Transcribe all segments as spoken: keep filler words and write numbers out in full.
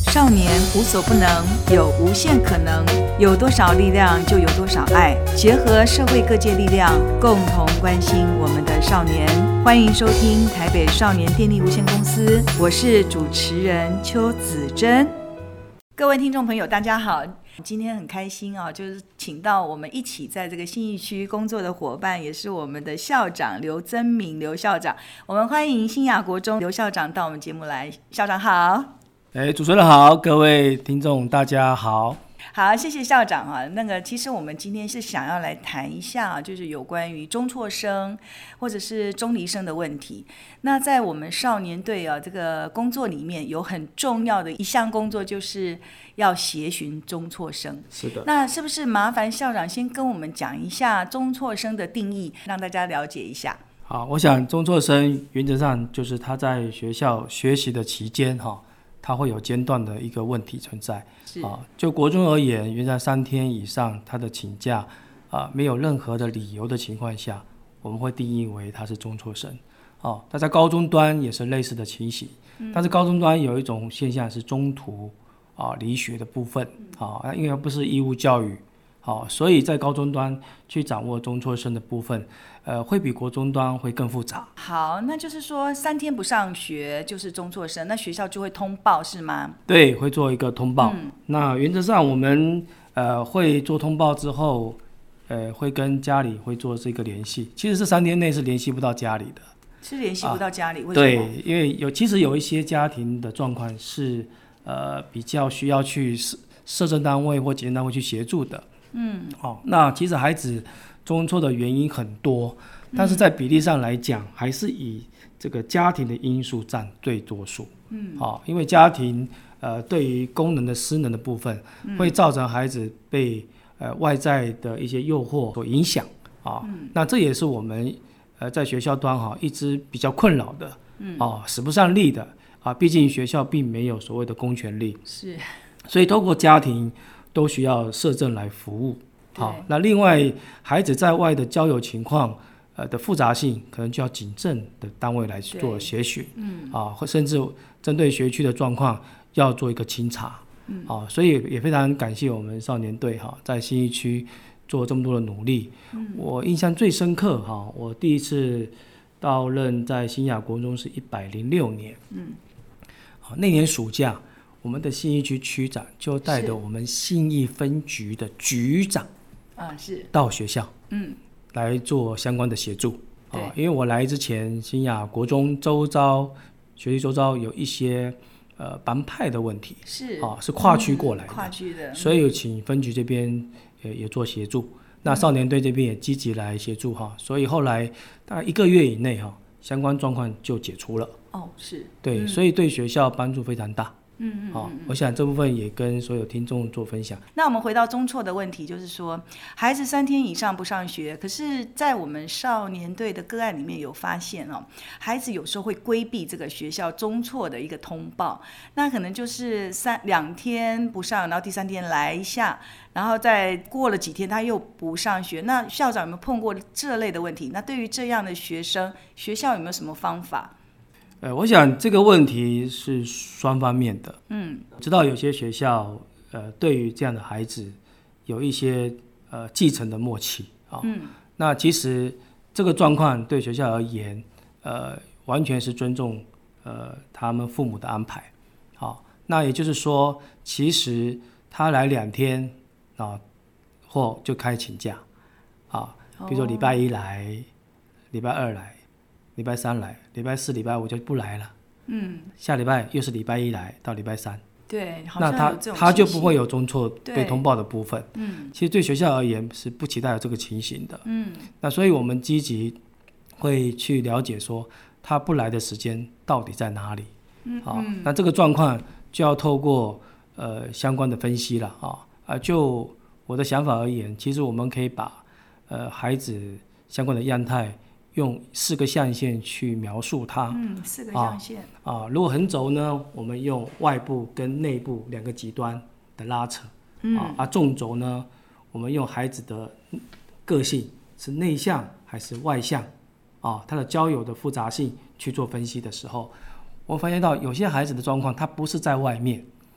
少年无所不能，有无限可能，有多少力量就有多少爱，结合社会各界力量，共同关心我们的少年。欢迎收听台北少年电力无限公司，我是主持人邱子珍。各位听众朋友大家好，今天很开心啊，就是请到我们一起在这个信义区工作的伙伴，也是我们的校长刘增明刘校长。我们欢迎新雅国中刘校长到我们节目来。校长好。 哎，主持人好，各位听众大家好。 好，谢谢校长啊。那个，其实我们今天是想要来谈一下，就是有关于中辍生或者是中离生的问题。那在我们少年队啊这个工作里面，有很重要的一项工作，就是要协寻中辍生。 是的。 那是不是麻烦校长先跟我们讲一下中辍生的定义，让大家了解一下？ 好，我想中辍生原则上就是他在学校学习的期间哈。它会有间断的一个问题存在，啊，就国中而言，原来三天以上他的请假，啊，没有任何的理由的情况下，我们会定义为他是中辍生，哦、啊，那在高中端也是类似的情形，嗯、但是高中端有一种现象是中途啊离学的部分，啊，因为不是义务教育，好、啊，所以在高中端去掌握中辍生的部分。呃，会比国中端会更复杂。 好，那就是说三天不上学就是中辍生，那学校就会通报是吗？ 对，会做一个通报。嗯、那原则上我们呃会做通报之后，呃会跟家里会做这个联系。其实这三天内是联系不到家里的， 是联系不到家里，啊、为什么？ 对，因为有其实有一些家庭的状况是呃比较需要去社政单位或警政单位去协助的。嗯，好、哦，那其实孩子中辍的原因很多，但是在比例上来讲，嗯、还是以这个家庭的因素占最多数。嗯，好、哦，因为家庭呃对于功能的失能的部分，嗯、会造成孩子被呃外在的一些诱惑所影响啊、哦嗯。那这也是我们呃在学校端哈、哦、一直比较困扰的，嗯，哦使不上力的啊，毕竟学校并没有所谓的公权力， 是，所以透过家庭都需要社政来服务。好，那另外孩子在外的交友情况，呃的复杂性，可能就要警政的单位来做协寻，嗯，啊，或甚至针对学区的状况要做一个清查，嗯，啊，所以也非常感谢我们少年队哈，在信义区做这么多的努力。嗯，我印象最深刻哈，我第一次到任在新雅国中是一百零六年，嗯，好，那年暑假，我们的信义区区长就带着我们信义分局的局长。 啊，是到学校， 嗯， 来做相关的协助啊。因为我来之前，新雅国中周遭学区周遭有一些呃班派的问题， 是啊，是跨区过来的， 嗯、跨区的， 所以有请分局这边也也做协助。那少年队这边也积极来协助哈，所以后来大概一个月以内哈，相关状况就解除了。 哦，是对， 嗯、 所以对学校帮助非常大。 嗯嗯好、哦，我想这部分也跟所有听众做分享。 那我们回到中辍的问题，就是说，孩子三天以上不上学，可是，在我们少年队的个案里面有发现哦，孩子有时候会规避这个学校中辍的一个通报，那可能就是三两天不上，然后第三天来一下，然后再过了几天他又不上学。那校长有没有碰过这类的问题？那对于这样的学生，学校有没有什么方法？ 呃，我想这个问题是双方面的。 嗯， 知道有些学校，呃，对于这样的孩子有一些呃继承的默契啊。嗯，那其实这个状况对学校而言，呃，完全是尊重呃他们父母的安排。好，那也就是说，其实他来两天啊，或就开请假啊，比如说礼拜一来，礼拜二来。礼拜三来，礼拜四、礼拜五就不来了。嗯，下礼拜又是礼拜一来到礼拜三。 对，好像有这种情形。 那他他就不会有中辍被通报的部分。嗯，其实对学校而言是不期待有这个情形的。嗯，那所以我们积极会去了解说他不来的时间到底在哪里。嗯，好，那这个状况就要透过呃相关的分析了啊啊，就我的想法而言，其实我们可以把呃孩子相关的样态。用四个象限去描述它。 嗯，四个象限。 啊，啊如果横轴呢，我们用外部跟内部两个极端的拉扯。嗯，啊，啊纵轴呢，我们用孩子的个性是内向还是外向，啊，他的交友的复杂性去做分析的时候，我发现到有些孩子的状况，他不是在外面，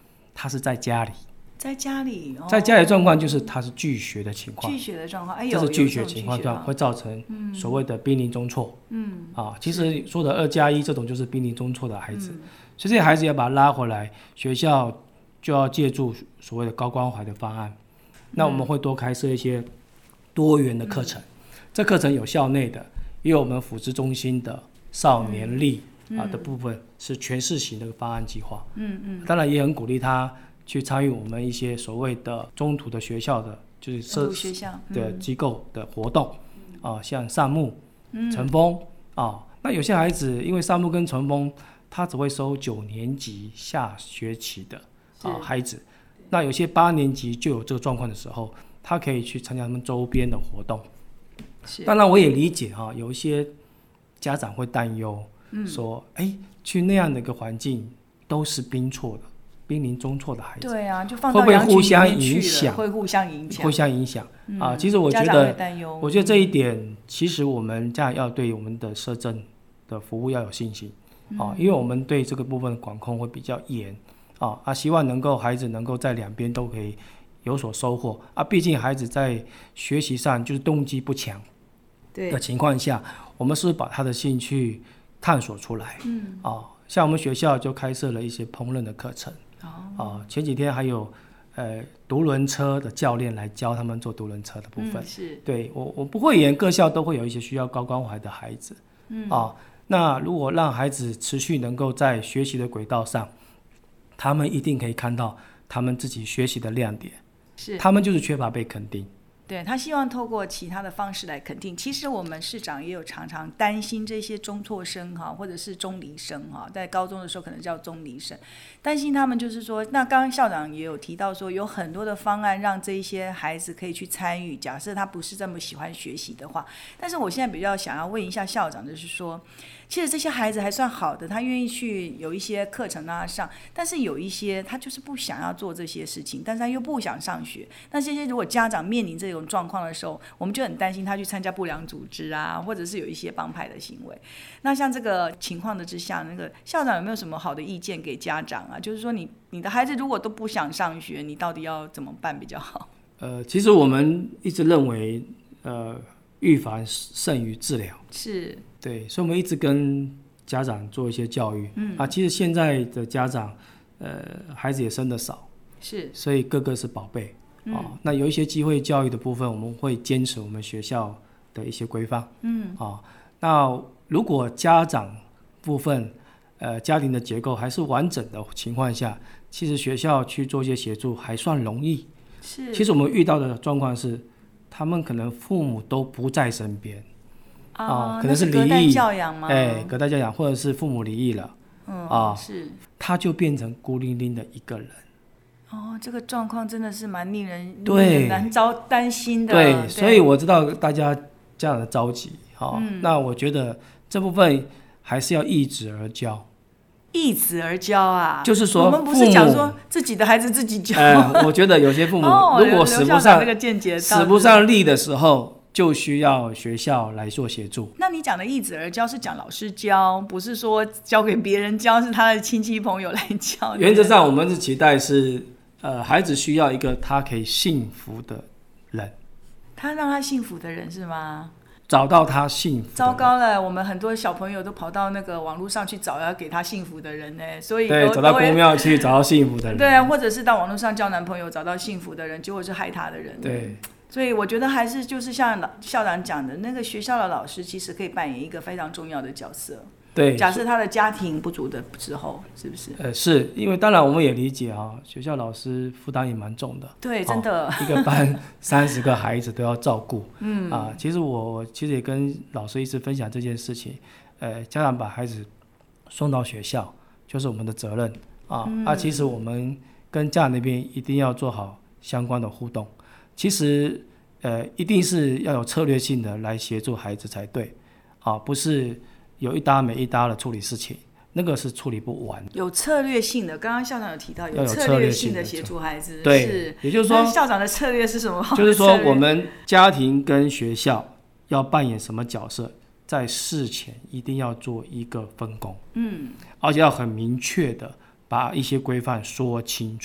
他是在家里。 在家里，哦、 在家里的状况就是他是拒学的情况， 拒学的状况，哎， 这是拒学的情况，对，会造成所谓的濒临终辍。嗯，啊，其实说的二加一这种就是濒临终辍的孩子，嗯、所以这些孩子要把他拉回来，学校就要借助所谓的高关怀的方案。嗯、那我们会多开设一些多元的课程，嗯、这课程有校内的，也有我们辅职中心的少年力、嗯、啊的部分，是全市型的方案计划。嗯嗯，当然也很鼓励他去参与我们一些所谓的中途的学校的，就是社学校的机构的活动，嗯、啊，像善牧、晨风、嗯、啊，那有些孩子因为善牧跟晨风，他只会收九年级下学期的啊孩子，那有些八年级就有这个状况的时候，他可以去参加他们周边的活动。当然我也理解哈、啊，有一些家长会担忧，嗯、说，哎，去那样的一个环境都是冰辍的。濒临终辍的孩子， 对啊，就放到羊群里面去了，会互相影响， 互相影响、嗯、啊。其实我觉得，我觉得这一点，其实我们家长要对我们的社政的服务要有信心、嗯、啊，因为我们对这个部分的管控会比较严啊啊，希望能够孩子能够在两边都可以有所收获啊。毕竟孩子在学习上就是动机不强的情况下，我们是不是把他的兴趣探索出来？嗯啊，像我们学校就开设了一些烹饪的课程。哦啊、前几天还有呃独轮车的教练来教他们做独轮车的部分。嗯、是对我我不会言，各校都会有一些需要高关怀的孩子。嗯啊，那如果让孩子持续能够在学习的轨道上，他们一定可以看到他们自己学习的亮点。是，他们就是缺乏被肯定。 对，他希望透过其他的方式来肯定。其实我们市长也有常常担心这些中辍生哈，或者是中离生哈，在高中的时候可能叫中离生，担心他们就是说，那刚刚校长也有提到说，有很多的方案让这一些孩子可以去参与。假设他不是这么喜欢学习的话，但是我现在比较想要问一下校长，就是说，其实这些孩子还算好的，他愿意去有一些课程让他上，但是有一些他就是不想要做这些事情，但是他又不想上学。那这些如果家长面临这种状况的时候，我们就很担心他去参加不良组织啊，或者是有一些帮派的行为。那像这个情况的之下，那个校长有没有什么好的意见给家长啊？就是说你你的孩子如果都不想上学，你到底要怎么办比较好？ 呃，其实我们一直认为，呃，预防胜于治疗。是。对，所以我们一直跟家长做一些教育。嗯啊，其实现在的家长，呃，孩子也生得少，是，所以个个是宝贝。嗯、啊，那有一些机会教育的部分，我们会坚持我们学校的一些规范。嗯啊，那如果家长部分，呃，家庭的结构还是完整的情况下，其实学校去做一些协助还算容易。是，其实我们遇到的状况是，他们可能父母都不在身边。 啊、 哦，可能是离异， 隔代教养吗？ 哎，隔代教养，或者是父母离异了，嗯啊，是，他就变成孤零零的一个人。 哦，这个状况真的是蛮令人对难招担心的。 对，对，所以我知道大家家长的着急，哦嗯、那我觉得这部分还是要易子而教。 易子而教啊， 就是说， 我们不是讲说自己的孩子自己教。 呃、我觉得有些父母如果使不上、 这个见解使不上力的时候，就需要学校来做协助。 那你讲的易子而教是讲老师教，不是说教给别人教，是他的亲戚朋友来教。 原则上我们是期待是，呃，孩子需要一个他可以幸福的人。 他让他幸福的人是吗？ 找到他幸福。 糟糕了，我们很多小朋友都跑到那个网络上去找要给他幸福的人呢，所以对，找到公庙去找到幸福的人。 对啊，或者是到网络上交男朋友找到幸福的人，结果是害他的人。 对。 所以我觉得还是就是像校长讲的，那个学校的老师其实可以扮演一个非常重要的角色。对，假设他的家庭不足的时候，是不是？ 呃，是因为当然我们也理解啊，学校老师负担也蛮重的。 对，真的， 哦、一个班三十个孩子都要照顾。嗯啊，其实我其实也跟老师一直分享这件事情。呃，家长把孩子送到学校就是我们的责任啊。嗯、啊，其实我们跟家长那边一定要做好相关的互动。其实，呃，一定是要有策略性的来协助孩子才对，啊，不是有一搭没一搭的处理事情，那个是处理不完。 有策略性的，刚刚校长有提到有策略性的协助孩子， 对， 是也就是说， 校长的策略是什么？ 就是说，我们家庭跟学校要扮演什么角色，在事前一定要做一个分工，嗯，而且要很明确的把一些规范说清楚。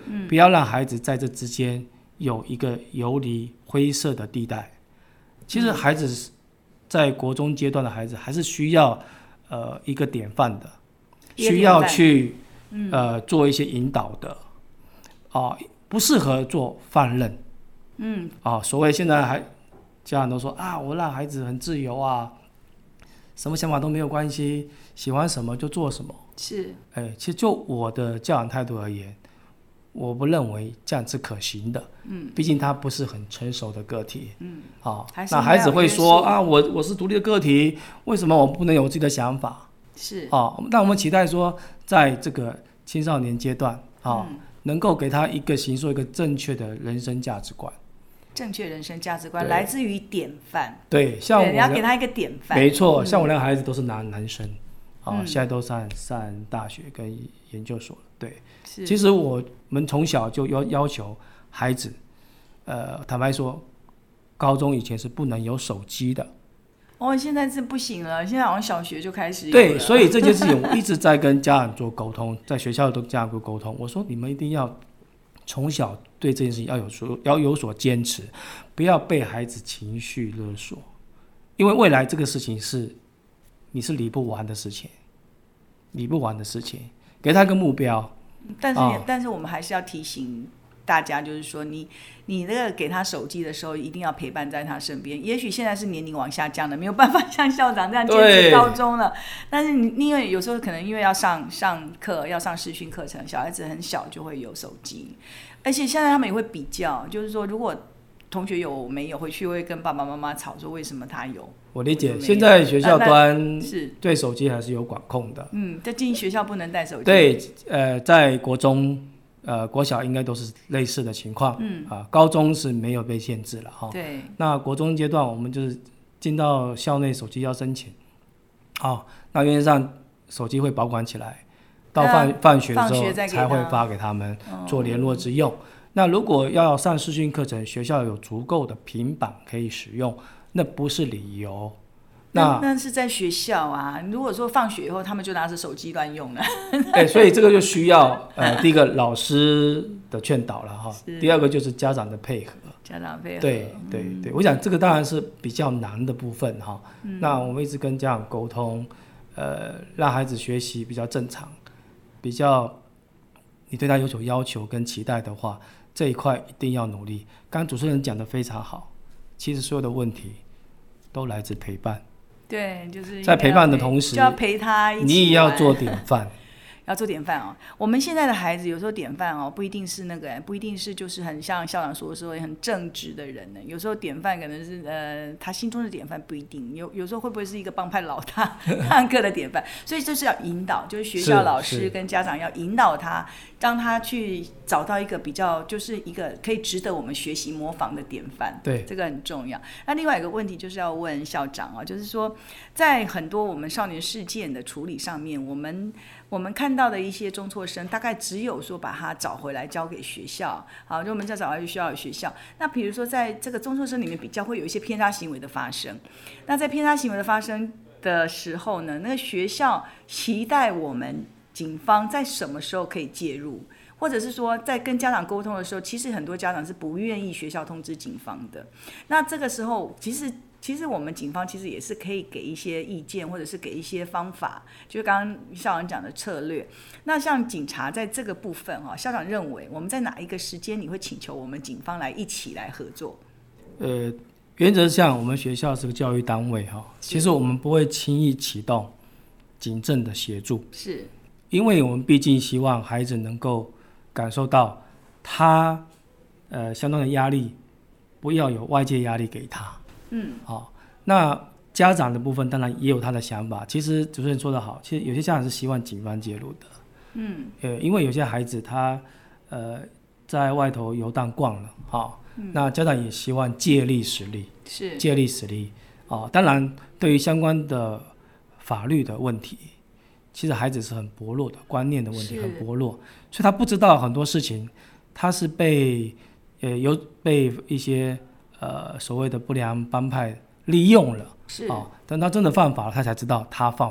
嗯，不要让孩子在这之间有一个游离灰色的地带。其实孩子在国中阶段的孩子还是需要呃一个典范的，需要去、嗯、呃做一些引导的啊，不适合做放任。嗯，啊，所谓现在还家长都说啊，我让孩子很自由啊，什么想法都没有关系，喜欢什么就做什么。 是， 哎，其实就我的教养态度而言，我不认为这样是可行的。嗯，毕竟他不是很成熟的个体。嗯，啊，那孩子会说啊，我我是独立的个体，为什么我不能有自己的想法？ 是， 啊，那我们期待说，在这个青少年阶段啊、嗯，能够给他一个形塑一个正确的人生价值观。 正确人生价值观来自于典范。 对，像我你要给他一个典范。 没错，像我两个孩子都是男男生。哦、现在都上上大学跟研究所了。对，其实我们从小就要要求孩子，呃，坦白说，高中以前是不能有手机的。 哦，现在是不行了，现在好像小学就开始有了。 对，所以这件事情我一直在跟家长做沟通，在学校都家长做沟通。我说你们一定要从小对这件事情要有所要有所坚持，不要被孩子情绪勒索，因为未来这个事情是。你是理不完的事情，理不完的事情，给他一个目标。 但是、哦，但是我们还是要提醒大家，就是说你，你那个给他手机的时候，一定要陪伴在他身边。也许现在是年龄往下降的，没有办法像校长这样坚持高中了。但是你因为有时候可能因为要上上课，要上视讯课程，小孩子很小就会有手机，而且现在他们也会比较，就是说如果同学有没有回去会跟爸爸妈妈吵说为什么他有。 我理解，现在学校端是对手机还是有管控的。 嗯，在进学校不能带手机。 对，呃，在国中、呃国小应该都是类似的情况。嗯啊、呃，高中是没有被限制了哈。 对。 那国中阶段，我们就是进到校内手机要申请，哦，那原则上手机会保管起来，到放放学的时候才会发给他们做联络之用。哦、那如果要上视讯课程，学校有足够的平板可以使用。那不是理由， 那那是在学校啊。如果说放学以后，他们就拿着手机乱用了， 对，所以这个就需要呃，第一个老师的劝导了哈，第二个就是家长的配合， 家长配合， 对对对，我想这个当然是比较难的部分哈。嗯、那我们一直跟家长沟通，呃，让孩子学习比较正常，比较你对他有所要求跟期待的话，这一块一定要努力。刚刚主持人讲的非常好，其实所有的问题都来自陪伴。 对，就是在陪伴的同时， 就要陪他一起玩， 你也要做典范。 要做典范哦。我们现在的孩子有时候典范哦，不一定是那个，不一定是就是很像校长说的说很正直的人呢。有时候典范可能是呃他心中的典范不一定，有有时候会不会是一个帮派老大上课的典范？所以这是要引导，就是学校老师跟家长要引导他，让他去找到一个比较就是一个可以值得我们学习模仿的典范。 对， 这个很重要。那另外一个问题就是要问校长啊，就是说在很多我们少年事件的处理上面，我们我们看到的一些中辍生，大概只有说把他找回来交给学校，好，就我们再找回学校有学校。那比如说在这个中辍生里面，比较会有一些偏差行为的发生。那在偏差行为的发生的时候呢，那个学校期待我们警方在什么时候可以介入，或者是说在跟家长沟通的时候，其实很多家长是不愿意学校通知警方的。那这个时候，其实。其实我们警方其实也是可以给一些意见，或者是给一些方法，就是刚刚校长讲的策略。那像警察在这个部分哈，校长认为我们在哪一个时间你会请求我们警方来一起来合作？ 呃，原则上我们学校是个教育单位哈，其实我们不会轻易启动警政的协助， 是因为我们毕竟希望孩子能够感受到他呃相当的压力，不要有外界压力给他。嗯，好、哦，那家长的部分当然也有他的想法。其实主持人说得好，其实有些家长是希望警方介入的。嗯，呃，因为有些孩子他呃在外头游荡逛了，哈、哦嗯，那家长也希望借力使力， 是借力使力啊、哦。当然，对于相关的法律的问题，其实孩子是很薄弱的，观念的问题很薄弱，所以他不知道很多事情，他是被呃有被一些。呃，所谓的不良帮派利用了， 是哦，等他真的犯法了，他才知道他犯法了。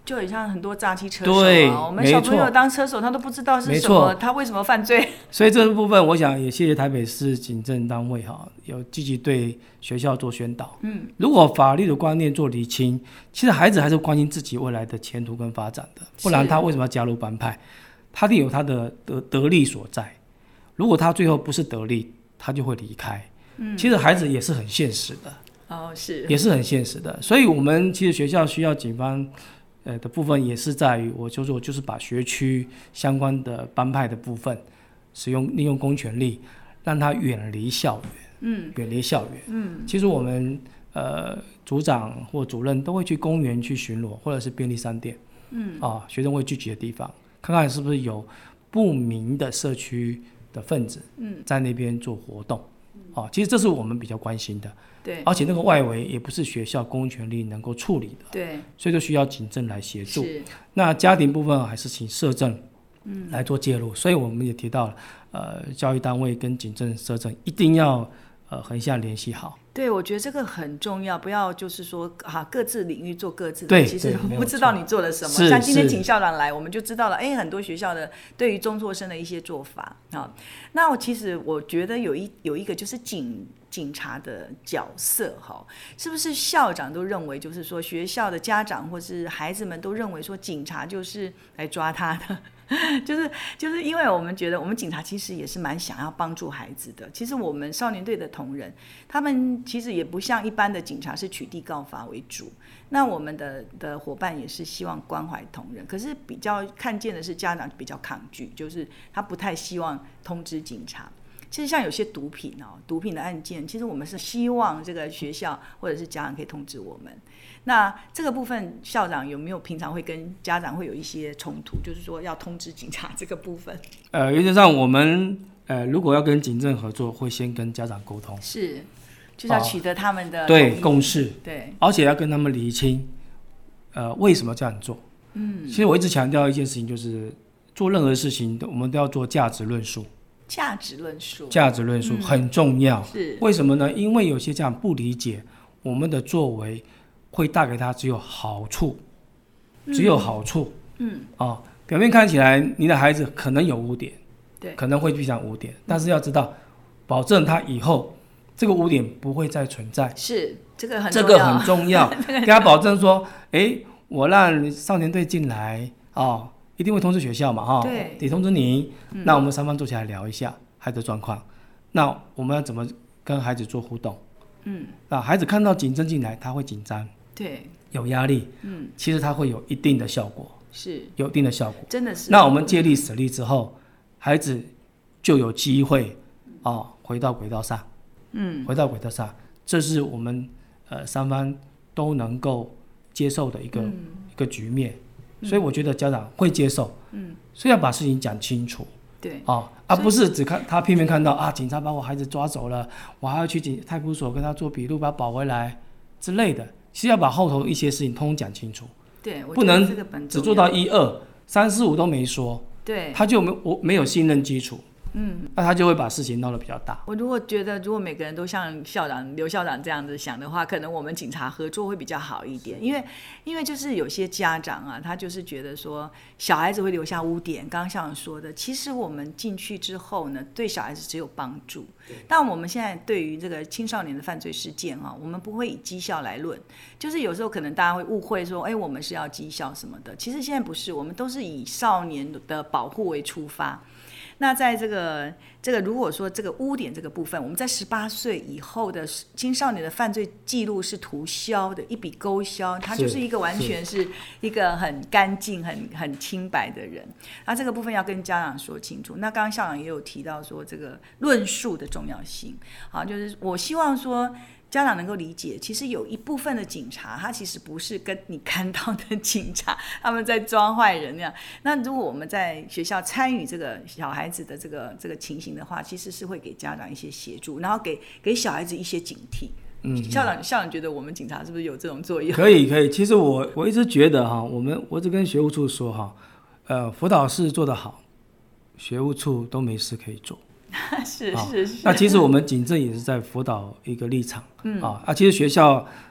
就很像很多诈欺车手对， 啊，我们小朋友当车手他都不知道是什么，他为什么犯罪。 所以这部分我想也谢谢台北市警政单位哈，有积极对学校做宣导。嗯，如果法律的观念做厘清，其实孩子还是关心自己未来的前途跟发展的，不然他为什么要加入帮派？他一定有他的得得利所在。如果他最后不是得利，他就会离开。嗯，其实孩子也是很现实的。 哦，是， 也是很现实的。所以我们其实学校需要警方呃的部分也是在于，我就说就是把学区相关的帮派的部分，使用利用公权力，让他远离校园，嗯，远离校园，嗯，其实我们呃组长或主任都会去公园去巡逻，或者是便利商店，嗯，啊，学生会聚集的地方，看看是不是有不明的社区的分子，嗯，在那边做活动，嗯，啊，其实这是我们比较关心的。 对， 而且那个外围也不是学校公权力能够处理的， 对， 所以就需要警政来协助。那家庭部分还是请社政来做介入，嗯，所以我们也提到了，呃，教育单位跟警政、社政一定要呃横向联系好。 对，我觉得这个很重要，不要就是说啊各自领域做各自的，其实不知道你做了什么。像今天请校长来，我们就知道了，哎，很多学校的对于中辍生的一些做法啊。那我其实我觉得有一有一个就是警。警察的角色哈，是不是校长都认为，就是说学校的家长或是孩子们都认为说，警察就是来抓他的，就是就是因为我们觉得，我们警察其实也是蛮想要帮助孩子的。其实我们少年队的同仁，他们其实也不像一般的警察是取缔告发为主，那我们的的伙伴也是希望关怀同仁，可是比较看见的是家长比较抗拒，就是他不太希望通知警察。其实像有些毒品哦，毒品的案件，其实我们是希望这个学校或者是家长可以通知我们。那这个部分，校长有没有平常会跟家长会有一些冲突？就是说要通知警察这个部分？ 呃，原则上我们呃如果要跟警政合作，会先跟家长沟通， 是，就是要取得他们的、 哦、对共识， 对， 而且要跟他们厘清，呃为什么这样做。嗯，其实我一直强调一件事情，就是做任何事情，我们都要做价值论述。 价值论述， 价值论述很重要， 嗯。是，为什么呢？因为有些家长不理解我们的作为会带给他只有好处，嗯、只有好处。嗯，哦，表面看起来你的孩子可能有污点， 对， 可能会遇上污点，但是要知道，保证他以后这个污点不会再存在。 是，这个很重要， 这个很重要，跟他保证说，哎，我让少年队进来啊。哦，一定会通知学校嘛，哈， 对， 得通知你，嗯。那我们三方坐起来聊一下孩子的状况，那我们要怎么跟孩子做互动？嗯，那孩子看到警政进来，他会紧张， 对， 有压力，嗯，其实他会有一定的效果， 是， 有一定的效果， 真的是。 那我们借力使力之后，孩子就有机会啊，哦，回到轨道上，嗯，回到轨道上，这是我们呃三方都能够接受的一个，嗯，一个局面。所以我觉得家长会接受，嗯，所以要把事情讲清楚， 对， 哦，而不是只看他片面看到啊，警察把我孩子抓走了，我还要去警派出所跟他做笔录，把他保回来之类的，其实要把后头一些事情通讲清楚， 对， 不能只做到一二三四五都没说， 对， 他就没我没有信任基础。嗯，那他就会把事情闹得比较大。 我如果觉得，如果每个人都像校长刘校长这样子想的话，可能我们警察合作会比较好一点。因为，因为就是有些家长啊，他就是觉得说小孩子会留下污点。刚刚校长说的，其实我们进去之后呢，对小孩子只有帮助。但我们现在对于这个青少年的犯罪事件啊，我们不会以绩效来论。就是有时候可能大家会误会说，哎，我们是要绩效什么的。其实现在不是，我们都是以少年的保护为出发。那在这个这个如果说这个污点这个部分，我们在十八岁以后的青少年的犯罪记录是涂销的，一笔勾销，他就是一个完全是一个很干净、很很清白的人。那这个部分要跟家长说清楚。那刚刚校长也有提到说这个论述的重要性，好，就是我希望说。家长能够理解，其实有一部分的警察，他其实不是跟你看到的警察，他们在抓坏人那样。那如果我们在学校参与这个小孩子的这个这个情形的话，其实是会给家长一些协助，然后给给小孩子一些警惕。嗯，校长，校长觉得我们警察是不是有这种作用？ 可以，可以。其实我我一直觉得哈，我们我一直跟学务处说哈，呃，辅导室做得好，学务处都没事可以做。 是是是， 那其实我们警政也是在辅导一个立场，嗯啊，啊，其实学校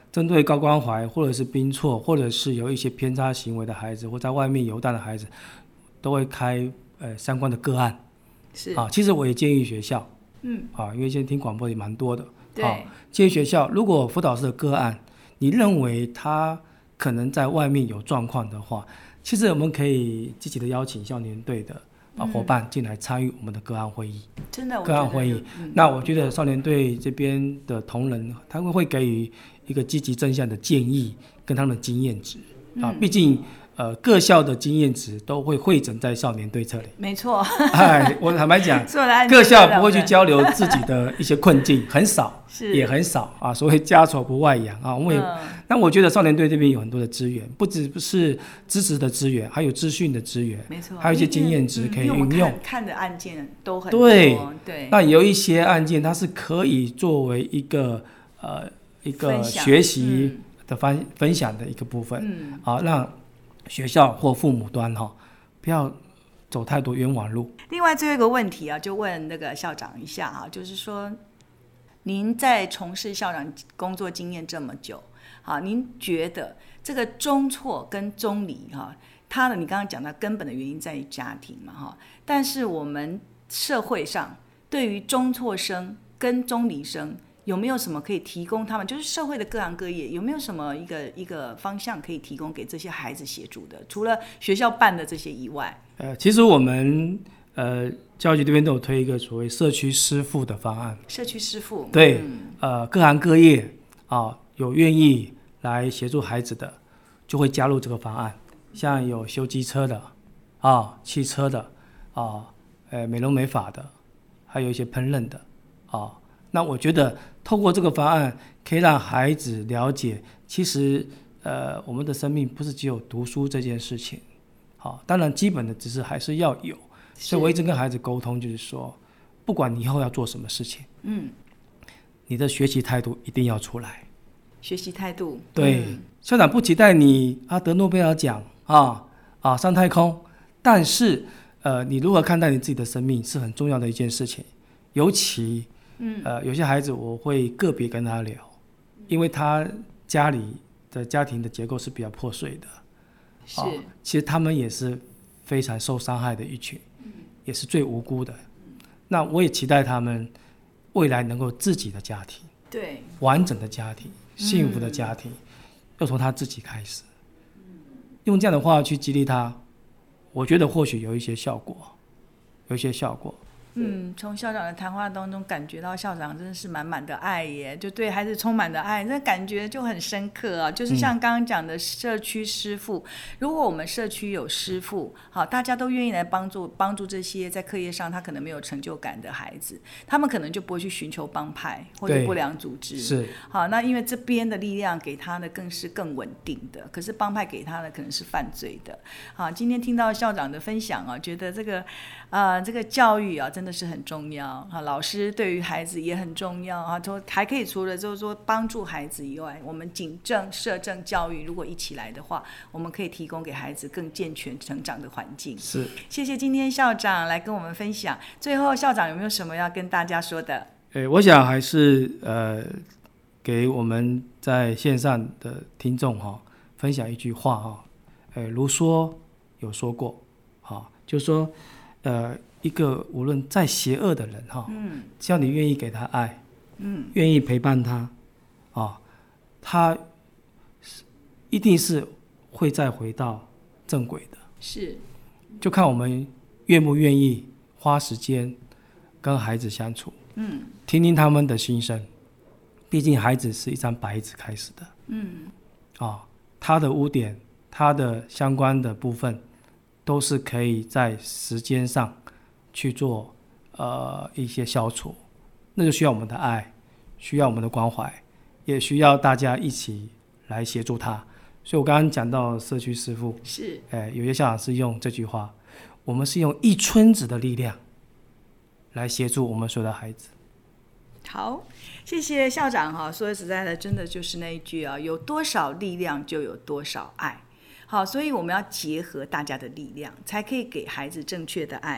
针对高关怀或者是宾错，或者是有一些偏差行为的孩子，或在外面游荡的孩子，都会开呃相关的个案。 是啊，其实我也建议学校， 嗯， 啊，因为现在听广播也蛮多的， 对， 啊，建议学校，如果辅导师的个案，你认为他可能在外面有状况的话，其实我们可以积极的邀请少年队的啊伙伴进来参与我们的个案会议， 真的个案会议。嗯、那我觉得少年队这边的同仁，他们会给予一个积极正向的建议跟他们的经验值啊，毕竟。呃，各校的经验值都会汇整在少年队这里。 没错。 哎，我坦白讲，各校不会去交流自己的一些困境，很少，也很少啊。所谓家丑不外扬啊，我们也。嗯、那我觉得少年队这边有很多的资源，不只是支持的资源，还有资讯的资源， 没错， 还有一些经验值可以运用。 看, 看的案件都很多。 对对。 那有一些案件，它是可以作为一个呃一个学习的分、嗯、分享的一个部分，嗯，啊，让。学校或父母端哈，不要走太多冤枉路。 另外最后一个问题啊，就问那个校长一下啊，就是说，您在从事校长工作经验这么久，啊，您觉得这个中辍跟中离哈，它的你刚刚讲到根本的原因在于家庭嘛哈，但是我们社会上对于中辍生跟中离生。有没有什么可以提供他们，就是社会的各行各业，有没有什么一个一个方向可以提供给这些孩子协助的？除了学校办的这些以外， 呃，其实我们呃教育局这边都有推一个所谓社区师傅的方案。 社区师傅， 对，嗯、呃，各行各业啊，有愿意来协助孩子的，就会加入这个方案。像有修机车的啊，汽车的啊，呃，美容美发的，还有一些烹饪的啊。那我觉得透过这个方案，可以让孩子了解，其实呃，我们的生命不是只有读书这件事情。好，当然基本的知识还是要有。所以我一直跟孩子沟通，就是说，不管你以后要做什么事情，嗯，你的学习态度一定要出来。 学习态度， 对，嗯、校长不期待你啊得诺贝尔奖啊啊上太空，但是呃，你如何看待你自己的生命是很重要的一件事情，尤其。嗯，呃，有些孩子我会个别跟他聊，因为他家里的家庭的结构是比较破碎的， 是， 哦、其实他们也是非常受伤害的一群，嗯、也是最无辜的。那我也期待他们未来能够自己的家庭， 对， 完整的家庭，幸福的家庭，嗯、要从他自己开始，用这样的话去激励他，我觉得或许有一些效果，有一些效果。 嗯，从校长的谈话当中感觉到校长真的是满满的爱耶，就对孩子充满的爱，那感觉就很深刻啊。就是像刚刚讲的社区师傅，嗯、如果我们社区有师傅，好，大家都愿意来帮助帮助这些在课业上他可能没有成就感的孩子，他们可能就不会去寻求帮派或者不良组织。 是， 好，那因为这边的力量给他的更是更稳定的，可是帮派给他的可能是犯罪的。好，今天听到校长的分享啊，觉得这个呃这个教育啊真的是很重要啊，老师对于孩子也很重要啊，还可以除了就是说帮助孩子以外，我们警政社政教育如果一起来的话，我们可以提供给孩子更健全成长的环境。 是， 谢谢今天校长来跟我们分享。最后校长有没有什么要跟大家说的？ 欸、我想还是呃给我们在线上的听众哈、哦、分享一句话哈、哦，呃卢梭有说过，哈、哦，就是说呃。一个无论再邪恶的人哈，嗯，只要你愿意给他爱，嗯，愿意陪伴他，啊，他一定是会再回到正轨的。 是， 就看我们愿不愿意花时间跟孩子相处，嗯，听听他们的心声。毕竟孩子是一张白纸开始的，嗯，啊，他的污点，他的相关的部分，都是可以在时间上。去做呃一些消除，那就需要我们的爱，需要我们的关怀，也需要大家一起来协助他。所以我刚刚讲到社区师傅， 是， 哎，有些校长是用这句话，我们是用一村子的力量来协助我们所有的孩子。 好，谢谢校长哈。说实在的，真的就是那一句啊，有多少力量就有多少爱。好，所以我们要结合大家的力量，才可以给孩子正确的爱。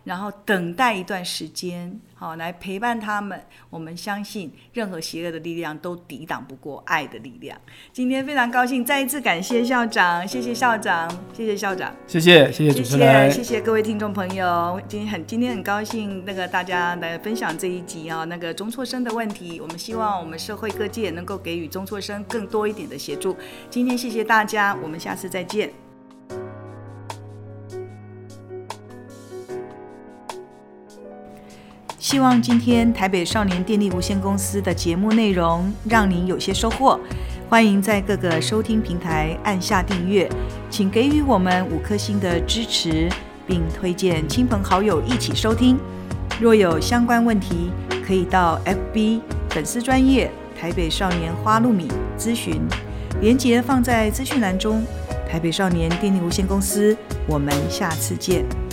然后等待一段时间，好，来陪伴他们。我们相信任何邪恶的力量都抵挡不过爱的力量。今天非常高兴，再一次感谢校长，谢谢校长，谢谢校长， 谢谢谢谢主持人， 谢谢谢谢各位听众朋友。今天很今天很高兴，那个大家来分享这一集啊，那个中辍生的问题。我们希望我们社会各界能够给予中辍生更多一点的协助。今天谢谢大家，我们下次再见。希望今天台北少年电力无限公司的节目内容让您有些收获，欢迎在各个收听平台按下订阅，请给予我们五颗星的支持，并推荐亲朋好友一起收听。若有相关问题，可以到 F B 粉丝专页台北少年花露米咨询，连结放在资讯栏中。台北少年电力无限公司，我们下次见。